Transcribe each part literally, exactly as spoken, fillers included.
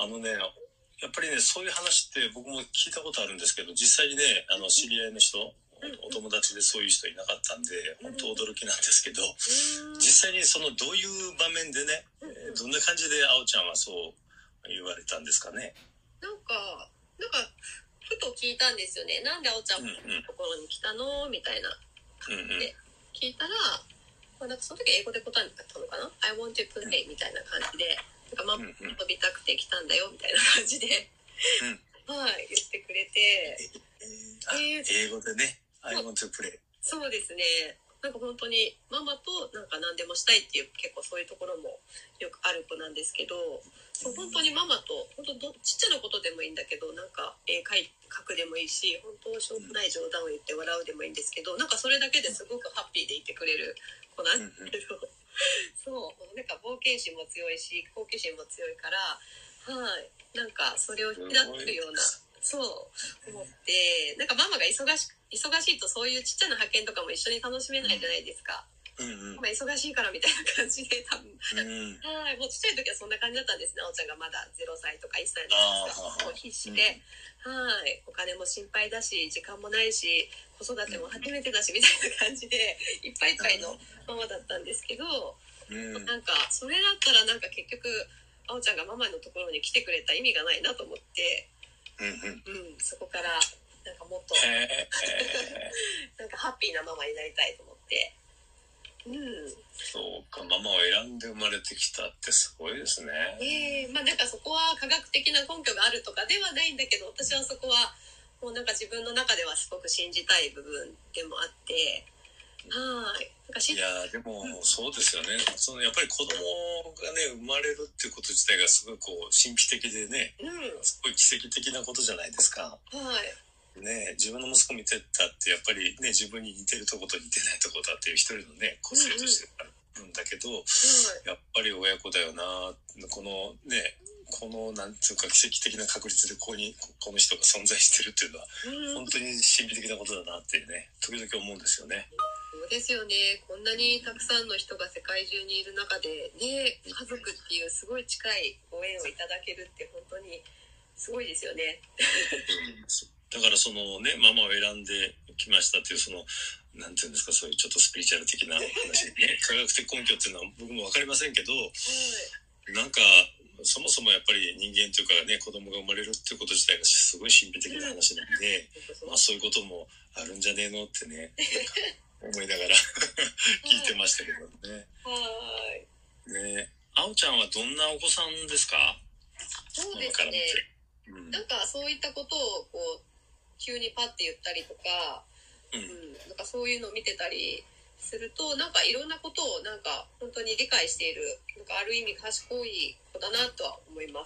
あのね、やっぱりね、そういう話って僕も聞いたことあるんですけど、実際にね、あの知り合いの人、お友達でそういう人いなかったんで、本当驚きなんですけど、実際にそのどういう場面でね、どんな感じであおちゃんはそう言われたんですかね。 なんか、なんか、ふと聞いたんですよね。なんであおちゃんのところに来たのみたいな感じで聞いたら、まあ、なんかその時英語で答えたのかな I want to play みたいな感じで、なんかママ飛びたくて来たんだよみたいな感じで、うん、はい、言ってくれて、 えー、英語でね I want to play。 そうですね。なんか本当にママとなんか何でもしたいっていう結構そういうところもよくある子なんですけど、本当にママと本当どちっちゃなことでもいいんだけど、なんか絵描い描くでもいいし、本当しょうもない冗談を言って笑うでもいいんですけど、なんかそれだけですごくハッピーでいてくれる子なんですけど、そうなんか冒険心も強いし好奇心も強いから、はい、なんかそれを引き出せるような、そう思って、なんかママが忙しく忙しいとそういうちっちゃな発見とかも一緒に楽しめないじゃないですか。うんうん、まあ忙しいからみたいな感じで多分、うん、はいもうちっちゃい時はそんな感じだったんですね。あおちゃんがまだゼロさいとかいっさいの時はもう必死で、うん、はいお金も心配だし時間もないし子育ても初めてだしみたいな感じでいっぱいいっぱいのママだったんですけど、うん、なんかそれだったらなんか結局あおちゃんがママのところに来てくれた意味がないなと思って、うんうんうん、そこからなんかもっとなんかハッピーなママになりたいと思って、うん、 そうか、ママを選んで生まれてきたってすごいですね。 えー、まあなんかそこは科学的な根拠があるとかではないんだけど、私はそこはもうなんか自分の中ではすごく信じたい部分でもあって、はい、なんかしいやでもそうですよね、うん、そのやっぱり子供がね生まれるっていうこと自体がすごいこう神秘的でね、うん、すごい奇跡的なことじゃないですか。 はいね、自分の息子見てたってやっぱりね自分に似てるとこと似てないとこだっていう一人のね個性としてあるんだけど、うんうん、やっぱり親子だよな、このねこのなんていうか奇跡的な確率でここにこの人が存在してるっていうのは、うん、本当に神秘的なことだなってね時々思うんですよね。 そうですよね。こんなにたくさんの人が世界中にいる中でね、家族っていうすごい近いご縁をいただけるって本当にすごいですよね。 だからそのねママを選んできましたっていうそのなんていうんですか、そういうちょっとスピリチュアル的な話ね科学的根拠っていうのは僕も分かりませんけど、はい、なんかそもそもやっぱり人間というかね子供が生まれるっていうこと自体がすごい神秘的な話なんで、うん、まあそういうこともあるんじゃねえのってね思いながら聞いてましたけどね。 はいね、あおちゃんはどんなお子さんですか？ そうですね、うん、なんかそういったことをこう急にパッて言ったりとか、うんうん、なんかそういうのを見てたりするとなんかいろんなことをなんか本当に理解している、なんかある意味賢い子だなとは思います。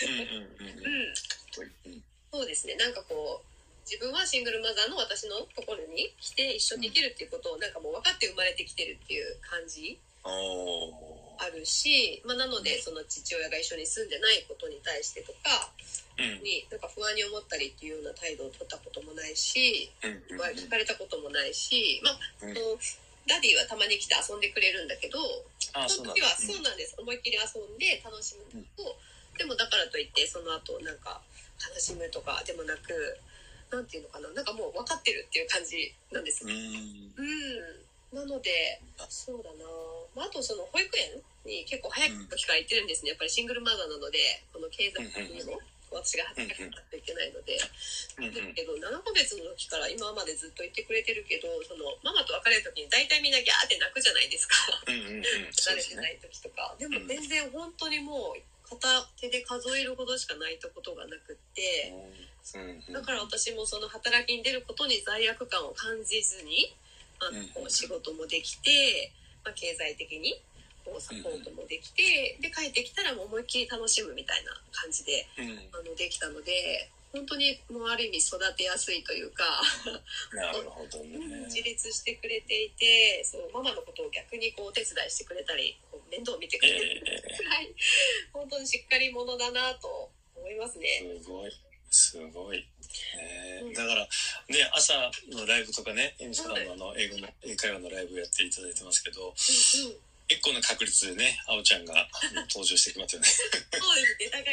そうですね、なんかこう自分はシングルマザーの私のところに来て一緒に生きるっていうことをなんかもう分かって生まれてきてるっていう感じあるし、まあ、なのでその父親が一緒に住んでないことに対してとかになんか不安に思ったりっていうような態度を取ったこともないし、聞かれたこともないし、まあ、ダディはたまに来て遊んでくれるんだけど、その時はそうなんです、思いっきり遊んで楽しむと、でもだからといってその後なんか悲しむとかでもなく、なんていうのかな、なんかもう分かってるっていう感じなんですね。うん、なのでそうだな、まあ、あとその保育園に結構早い時から行ってるんですね。やっぱりシングルマザーなのでこの経済的にも私が働かなきゃいけないので、だけどななかげつの時から今までずっと言ってくれてるけど、そのママと別れる時に大体みんなギャーって泣くじゃないですか。慣れてない時とかでも全然本当にもう片手で数えるほどしか泣いたことがなくって、だから私もその働きに出ることに罪悪感を感じずにあの仕事もできて、まあ、経済的にこうサポートもできて、で帰ってきたらもう思いっきり楽しむみたいな感じで、うん、あのできたので本当にもうある意味育てやすいというかなるほど、ね、 自立してくれていて、そうママのことを逆にこうお手伝いしてくれたりこう面倒を見てくれるくらい、えー、本当にしっかり者だなと思いますね。 すごいすごい、えーうん、だからね朝のライブとかねエミさんのあの英語の英会話のライブやっていただいてますけど、うんうん、結構な確率でねあおちゃんが登場してきますよね。 そうです、出たがりです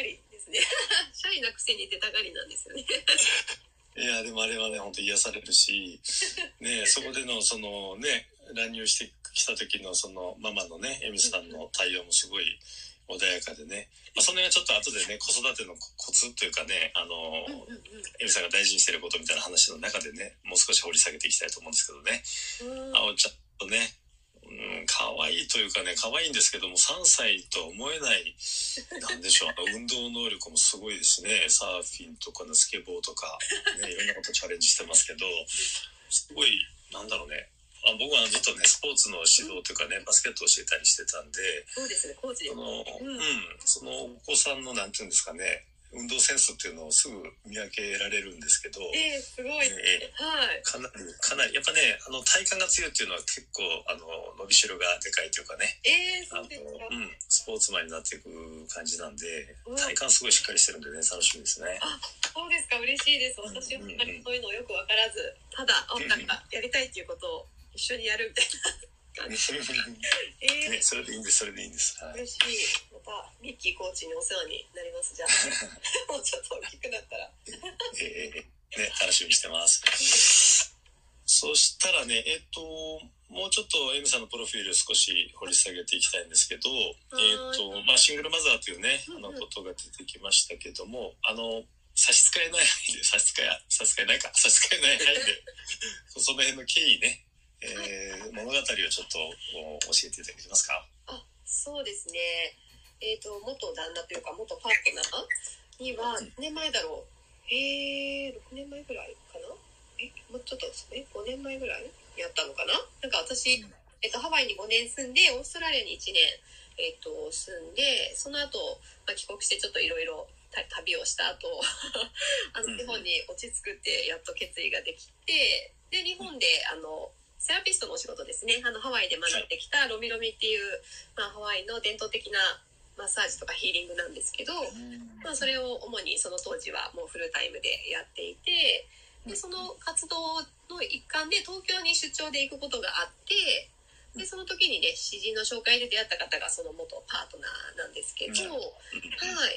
ですね。シャイなくせに出たがりなんですよね。 いやでもあれはね本当癒されるし、ね、そこでのそのね乱入してきた時のそのママのねエミさんの対応もすごい穏やかでね、まあ、その辺はちょっと後でね子育てのコツというかねあの、うんうんうん、エミさんが大事にしてることみたいな話の中でねもう少し掘り下げていきたいと思うんですけどね、うん、あおちゃんとねうん、可愛いというかね可愛いんですけどもさんさいとは思えないなんでしょう運動能力もすごいですね。サーフィンとかのスケボーとか、ね、いろんなことチャレンジしてますけどすごいなんだろうねあ僕はずっとねスポーツの指導というかねバスケットを教えたりしてたんでそうですねコーチでその、うんうん、そのお子さんのなんていうんですかね運動センスっていうのをすぐ見分けられるんですけど、 えー、すごい、えー、はい、 かなりかなりやっぱねあの体幹が強いっていうのは結構あの伸びしろがでかいというかね、 えー、そうですか、 うん、スポーツマンになっていく感じなんで体幹すごいしっかりしてるんでね楽しみですね。 あ、そうですか、嬉しいです。私はあんまりそういうのよく分からずただあなんかやりたいっていうことを一緒にやるみたいな感じえーね、それでいいんですそれでいいんです、 はい、嬉しい。またミッキーコーチにお世話になりますじゃあもうちょっと大きくなったらえー、ね楽しみにしてますそしたらねえっともうちょっとエミさんのプロフィール少し掘り下げていきたいんですけど、えっとまあ、シングルマザーというねあのことが出てきましたけどもあの差し支えない範囲で差し支え差し支えないか差し支えない範囲でその辺の経緯ねえー、物語をちょっと教えていただけますか。 あ、そうですね。えっと元旦那というか元パートナーには何年前だろう。えー、ろくねんまえぐらいかな。え、もうちょっとえごねんまえぐらいやったのかな。なんか私、えっとハワイにごねん住んでオーストラリアにいちねんえっと住んでその後、まあ、帰国してちょっといろいろ旅をした後あの日本に落ち着くってやっと決意ができてで日本であのセラピストのお仕事ですねあのハワイで学んできたロミロミっていう、まあ、ハワイの伝統的なマッサージとかヒーリングなんですけど、まあ、それを主にその当時はもうフルタイムでやっていてでその活動の一環で東京に出張で行くことがあってでその時にね知人の紹介で出会った方がその元パートナーなんですけど、はい、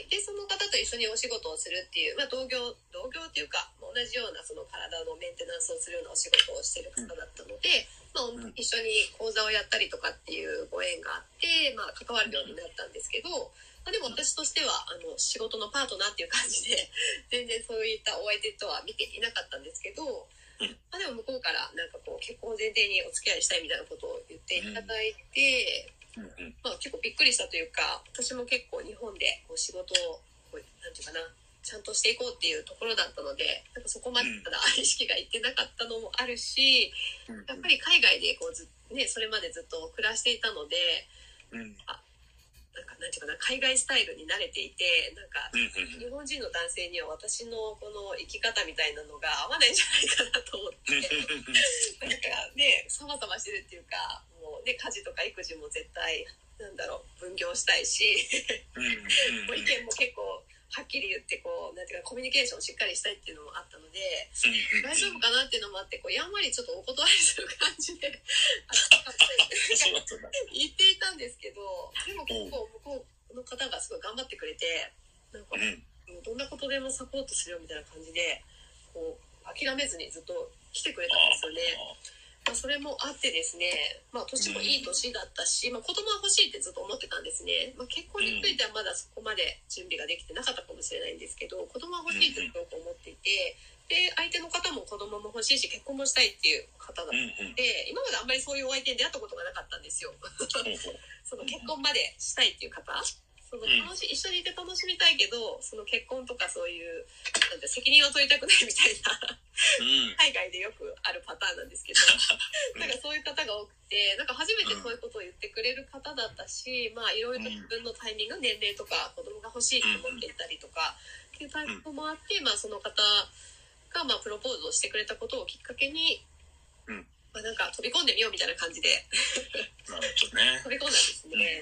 でその方と一緒にお仕事をするっていう、まあ、同業同業っていうか同じようなその体のメンテナンスをするようなお仕事をしてる方だったので、まあ、一緒に講座をやったりとかっていうご縁があって、まあ、関わるようになったんですけど、まあ、でも私としてはあの仕事のパートナーっていう感じで全然そういったお相手とは見ていなかったんですけどまあ、でも向こうからなんかこう結婚前提にお付き合いしたいみたいなことを言っていただいて、うんまあ、結構びっくりしたというか私も結構日本でこう仕事をこうなんていうかなちゃんとしていこうっていうところだったのでなんかそこまでまだ意識がいってなかったのもあるしやっぱり海外でこうず、ね、それまでずっと暮らしていたので、うん、あなんかなんていうかな海外スタイルに慣れていてなんか日本人の男性には私のこの生き方みたいなのが合わないんじゃないかなと思ってなんかねサバサバしてるっていうかもう、ね、家事とか育児も絶対なんだろう分業したいしもう意見も結構はっきり言ってこうなんていうかコミュニケーションしっかりしたいっていうのもあったので大丈夫かなっていうのもあってこうやんわりちょっとお断りする感じで言っていたんですけどでも結構向こうの方がすごい頑張ってくれてなんかどんなことでもサポートするよみたいな感じでこう諦めずにずっと来てくれたんですよね。まあ、それもあってですね、まあ、年もいい年だったし、まあ、子供は欲しいってずっと思ってたんですね、まあ、結婚についてはまだそこまで準備ができてなかったかもしれないんですけど子供は欲しいってすごく思っていてで相手の方も子供も欲しいし結婚もしたいっていう方だったので今まであんまりそういうお相手に出会ったことがなかったんですよその結婚までしたいっていう方その楽し、うん、一緒にいて楽しみたいけどその結婚とかそういうなんて責任を取りたくないみたいな、うん、海外でよくあるパターンなんですけどなんかそういう方が多くてなんか初めてそういうことを言ってくれる方だったし、まあいろいろと自分のタイミング年齢とか子供が欲しいと思っていたりとかっていうタイミングもあって、まあ、その方がまあプロポーズをしてくれたことをきっかけに、うんまあ、なんか飛び込んでみようみたいな感じでなるほど、ね、 飛び込んだんですね。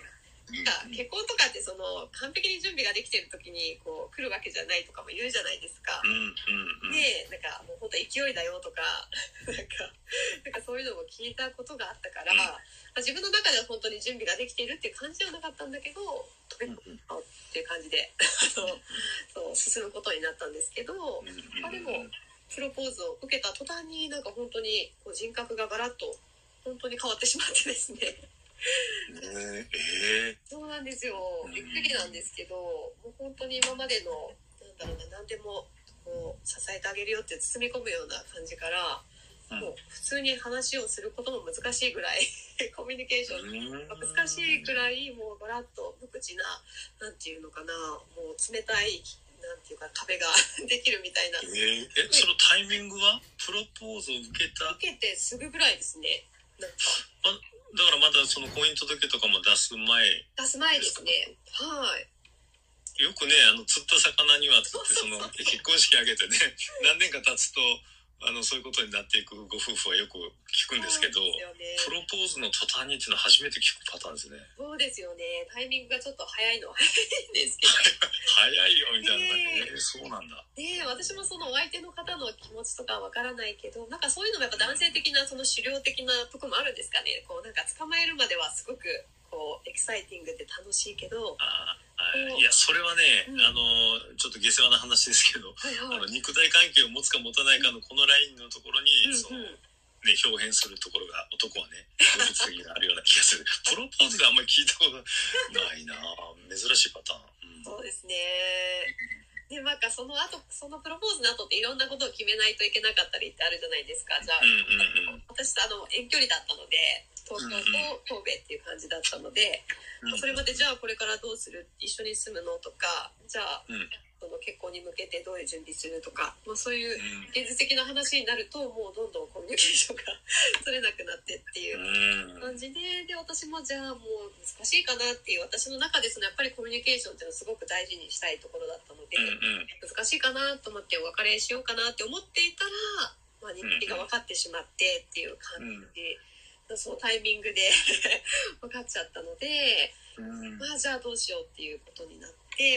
なんか結婚とかってその完璧に準備ができてる時にこう来るわけじゃないとかも言うじゃないですか。 うんうんうん、 でなんかもう本当勢いだよとかなんかなんかそういうのも聞いたことがあったから、うん、まあ、自分の中では本当に準備ができているっていう感じはなかったんだけど、うんうん、っていう感じでそうそう進むことになったんですけど、うんうん、まあ、でもプロポーズを受けた途端になんか本当にこう人格がガラッと本当に変わってしまってですねえー、 そうなんですよ。びっくりなんですけど、もう本当に今までのなんだろうな、何でもこう支えてあげるよって包み込むような感じから、うん、もう普通に話をすることも難しいぐらいコミュニケーションが難しいぐらいもうガラッと無口な、なんていうのかな、もう冷たいなんていうか壁ができるみたいな。 えー、えそのタイミングはプロポーズを受けた受けてすぐぐらいですね。なんかあだからまだその婚姻届とかも出す前出す前ですね。はいよくねあの釣った魚にはつってその結婚式挙げてね何年か経つとあのそういうことになっていくご夫婦はよく聞くんですけど、ね、プロポーズの途端にっていうのは初めて聞くパターンですね。 そうですよね。タイミングがちょっと早いのは早いんですけど早いよみたいな、ね、えー、そうなんだ。 ね、私もそのお相手の方の気持ちとかわからないけど、なんかそういうのがやっぱ男性的なその狩猟的なとこもあるんですかね。こうなんか捕まえるまではすごくこうエキサイティングで楽しいけど、 ああいやそれはね、うん、あのちょっと下世話な話ですけど、はいはい、あの肉体関係を持つか持たないかのこのラインのところに、うんうん、そのね表現するところが男はね動物的にあるような気がする。プロポーズであんまり聞いたことないな珍しいパターン、うん、 そうですね。でなんかその後そのプロポーズの後っていろんなことを決めないといけなかったりってあるじゃないですか。じゃあ、うんうんうん、私あの遠距離だったので東京と神戸っていう感じだったので、うんうん、それまでじゃあこれからどうする一緒に住むのとかじゃあ、うん、その結婚に向けてどういう準備するとか、まあ、そういう現実的な話になるともうどんどんコミュニケーションが取れなくなってっていう感じで、で私もじゃあもう難しいかなっていう私の中でそのやっぱりコミュニケーションっていうのをすごく大事にしたいところだったので、うんうん、難しいかなと思ってお別れしようかなって思っていたら、まあ、日記が分かってしまってっていう感じで、うん、そのタイミングで分かっちゃったので、うん、まあじゃあどうしようっていうことになって、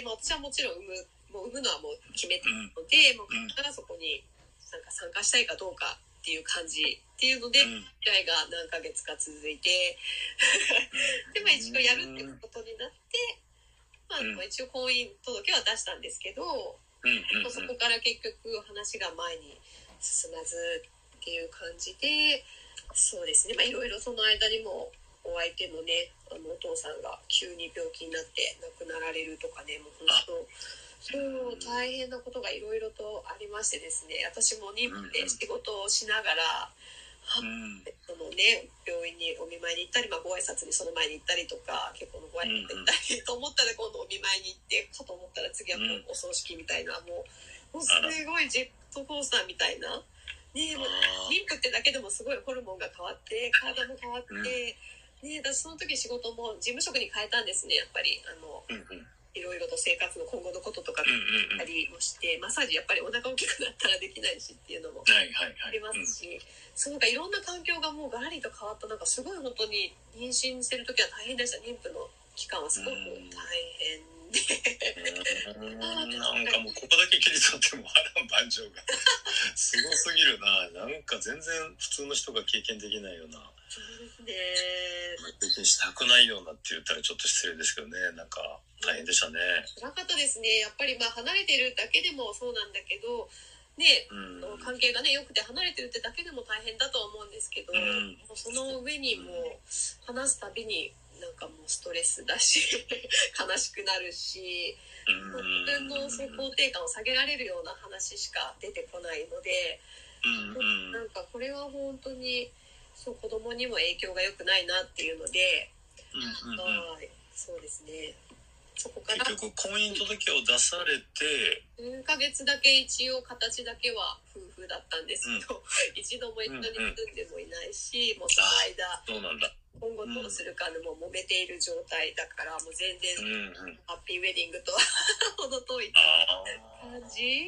まあ、私はもちろん産むもう産むのはもう決めてるので、うん、もうここからそこになんか参加したいかどうかっていう感じっていうので、うん、出会いが何ヶ月か続いてで、まあ、一応やるっていうことになって、まあ、うん、一応婚姻届は出したんですけど、うんうんうん、そこから結局話が前に進まずっていう感じで、そうですね、まあいろいろその間にもお相手のねあのお父さんが急に病気になって亡くなられるとかね、もう本当そう大変なことがいろいろとありましてですね、私も妊婦で仕事をしながら、うん、そのね病院にお見舞いに行ったり、まあ、ご挨拶にその前に行ったりとか結婚のご挨拶に行ったり、うん、と思ったら今度お見舞いに行ってかと思ったら次はもうお葬式みたいな、もう、もうすごいジェットコースターみたいな、ね、もう妊婦ってだけでもすごいホルモンが変わって体も変わって、うん、ね、私その時仕事も事務職に変えたんですね、やっぱりあの、うんうん、いろいろと生活の今後のこととかありもして、うんうんうん、マッサージやっぱりお腹大きくなったらできないしっていうのもありますし、はいはいはい、そうなんかいろんな環境がもうガラリと変わった、なんかすごい本当に妊娠してる時は大変でした。妊婦の期間はすごく大変でなんかもうここだけ切り取っても波乱万丈がすごすぎるな。なんか全然普通の人が経験できないような、 そうですね、 経験したくないようなって言ったらちょっと失礼ですけどね、なんか大変でしたね。 辛かったですね。やっぱりまあ離れてるだけでもそうなんだけどね、うん、関係がね良くて離れてるってだけでも大変だとは思うんですけど、うん、もうその上にもう話すたびになんかもうストレスだし悲しくなるし、うん、自分のそう肯定感を下げられるような話しか出てこないので、うん、なんかこれは本当にそう子供にも影響が良くないなっていうので、うんうんうん、はい、そうですね。そこから結局婚姻届を出されて数ヶ月だけ一応形だけは夫婦だったんですけど、うん、一度も一緒に住んでもいないし、うんうん、もうその間そうなんだ、 今後どうするかでも揉めている状態だから、もう全然ハッピーウェディングとは程遠い感じ。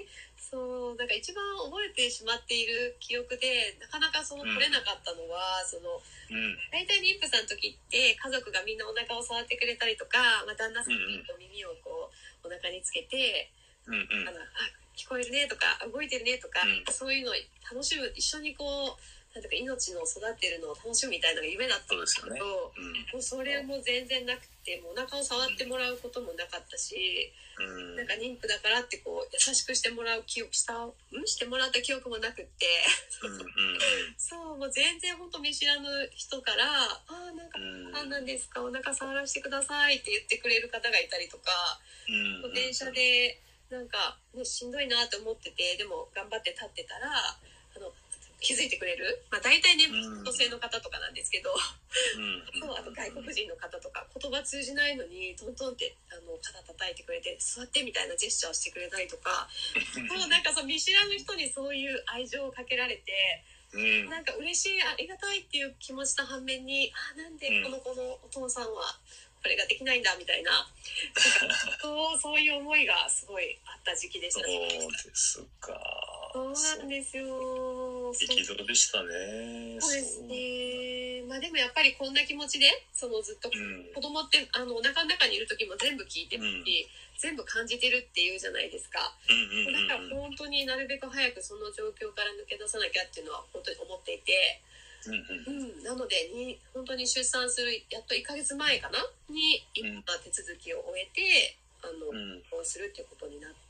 そうなんか一番覚えてしまっている記憶でなかなかその取れなかったのは、うん、その、うん、大体妊婦さんの時って家族がみんなお腹を触ってくれたりとか、まあ、旦那さんに耳をこうお腹につけて、うんうん、あのあ聞こえるねとか動いてるねとか、うん、そういうのを楽しむ、一緒にこうなんか命の育ってるのを楽しむみたいなのが夢だったんですけど、ね、うん、もうそれも全然なくて、もうお腹を触ってもらうこともなかったし、うん、なんか妊婦だからってこう優しくしてもらう記憶したんしてもらった記憶もなくって、うんうん、そうもう全然本当見知らぬ人から「ああなんか何なんですか、お腹触らせてください」って言ってくれる方がいたりとか、うん、電車でなんか、ね、しんどいなと思ってて、でも頑張って立ってたらあの気づいてくれる、まあ、大体ね、うん、女性の方とかなんですけど、うん、そうあと外国人の方とか言葉通じないのにトントンってあの肩叩いてくれて座ってみたいなジェスチャーをしてくれたりとかもうなんかそう見知らぬ人にそういう愛情をかけられて、うん、なんか嬉しいありがたいっていう気持ちの反面に、あなんでこの子のお父さんはこれができないんだみたいな、なんかそう、そういう思いがすごいあった時期でしたね。 そうですか。 そうなんですよ。 憤でしたね。 そうですね。まあでもやっぱりこんな気持ちでそのずっと、うん、子供ってあのお腹の中にいる時も全部聞いてるし、うん、全部感じてるっていうじゃないですか。うんうんうんうん、だから本当になるべく早くその状況から抜け出さなきゃっていうのは本当に思っていて。うんうんうん、なのでに本当に出産するやっといっかげつまえかなに今手続きを終えてあの、うん、こうするっていうことになって、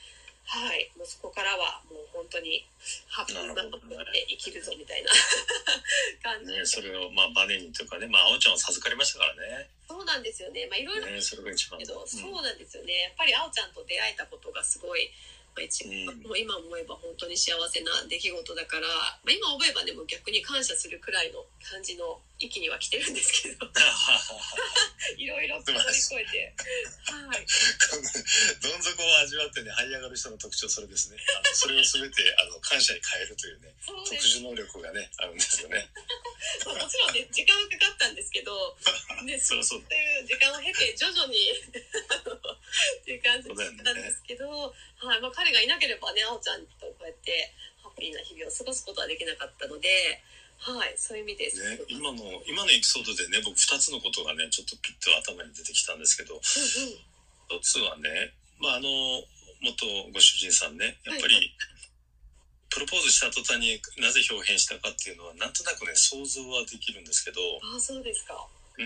はい、もうそこからはもう本当にハッピーなことで生きるぞみたいな感じ、 ね、それをまあバネにというかね、まああおちゃんは授かりましたからね。 そうなんですよね。まあいろいろね、それが一番けど、うん、そうなんですよね。やっぱりあおちゃんと出会えたことがすごい。一番もう今思えば本当に幸せな出来事だから、まあ、今思えばでも逆に感謝するくらいの感じの域には来てるんですけどいろいろ乗り越えて、はい、 どん底を味わってね這い上がる人の特徴それですね。あのそれを全てあの感謝に変えるというね特殊能力がねあるんですよねもちろんね時間はかかったんですけど、ね、そうそうっていう時間を経て徐々にっていう感じなんですけど、はいまあ、彼がいなければねあおちゃんとこうやってハッピーな日々を過ごすことはできなかったので、はい、そういう意味です、 ね、今の今のエピソードでね僕ふたつのことがねちょっとピッと頭に出てきたんですけど、うんうん、ひとつはね、まあ、あの元ご主人さんねやっぱり、はい、プロポーズした途端になぜ表変したかっていうのはなんとなくね想像はできるんですけど、 あそうですか、 うん、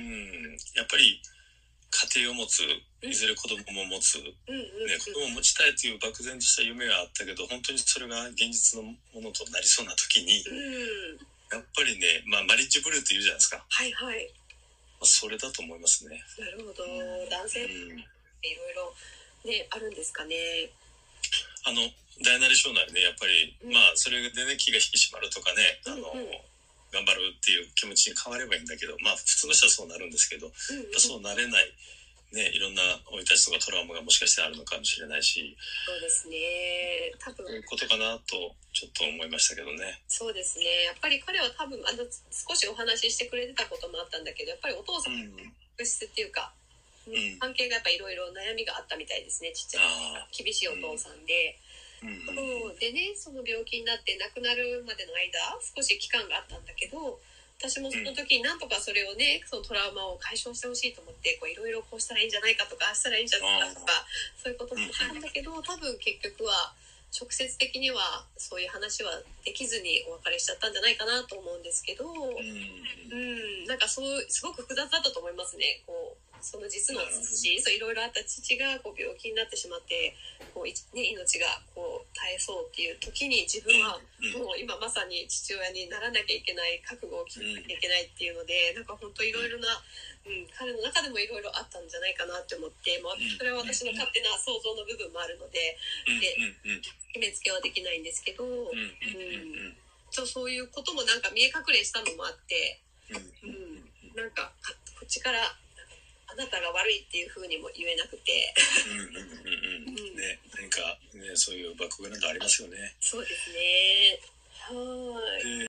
やっぱり家庭を持ついずれ子供も持つ、うんね、子供を持ちたいという漠然とした夢はあったけど本当にそれが現実のものとなりそうな時に、うん、やっぱりね、まあ、マリッジブルーって言うじゃないですか。 はいはい、 まあ、それだと思いますね。 なるほど、うん、男性っていろいろねあるんですかね。 あの大なり小なりねやっぱり、うん、まあそれでね気が引き締まるとかねあの、うんうん頑張るっていう気持ちに変わればいいんだけどまあ普通の人はそうなるんですけど、うんうん、そうなれないねいろんな生い立ちとかトラウマがもしかしてあるのかもしれないしそうですね多分そういうことかなとちょっと思いましたけどね。 そうですねやっぱり彼は多分あの少しお話ししてくれてたこともあったんだけどやっぱりお父さんの物質っていうか、うん、関係がやっぱりいろいろ悩みがあったみたいですねちっちゃい厳しいお父さんで、うんうんうん、でねその病気になって亡くなるまでの間少し期間があったんだけど私もその時になんとかそれをねそのトラウマを解消してほしいと思っていろいろこうしたらいいんじゃないかとかああしたらいいんじゃないかとかそういうこともあったんだけど多分結局は直接的にはそういう話はできずにお別れしちゃったんじゃないかなと思うんですけど、うん、うんなんかそうすごく複雑だったと思いますね。こうその実の父そういろいろあった父がこう病気になってしまってこう、ね、命がこう絶えそうっていう時に自分はもう今まさに父親にならなきゃいけない覚悟を決めなきゃいけないっていうのでなんか本当いろいろな、うん、彼の中でもいろいろあったんじゃないかなって思って、まあ、それは私の勝手な想像の部分もあるので、で決めつけはできないんですけど、うん、そうそういうこともなんか見え隠れしたのもあって、うん、なんかこっちからあなたが悪いっていう風にも言えなくてうんうんうんうんね何かねそういうバックグラウンドありますよね。 そうですねはい、えー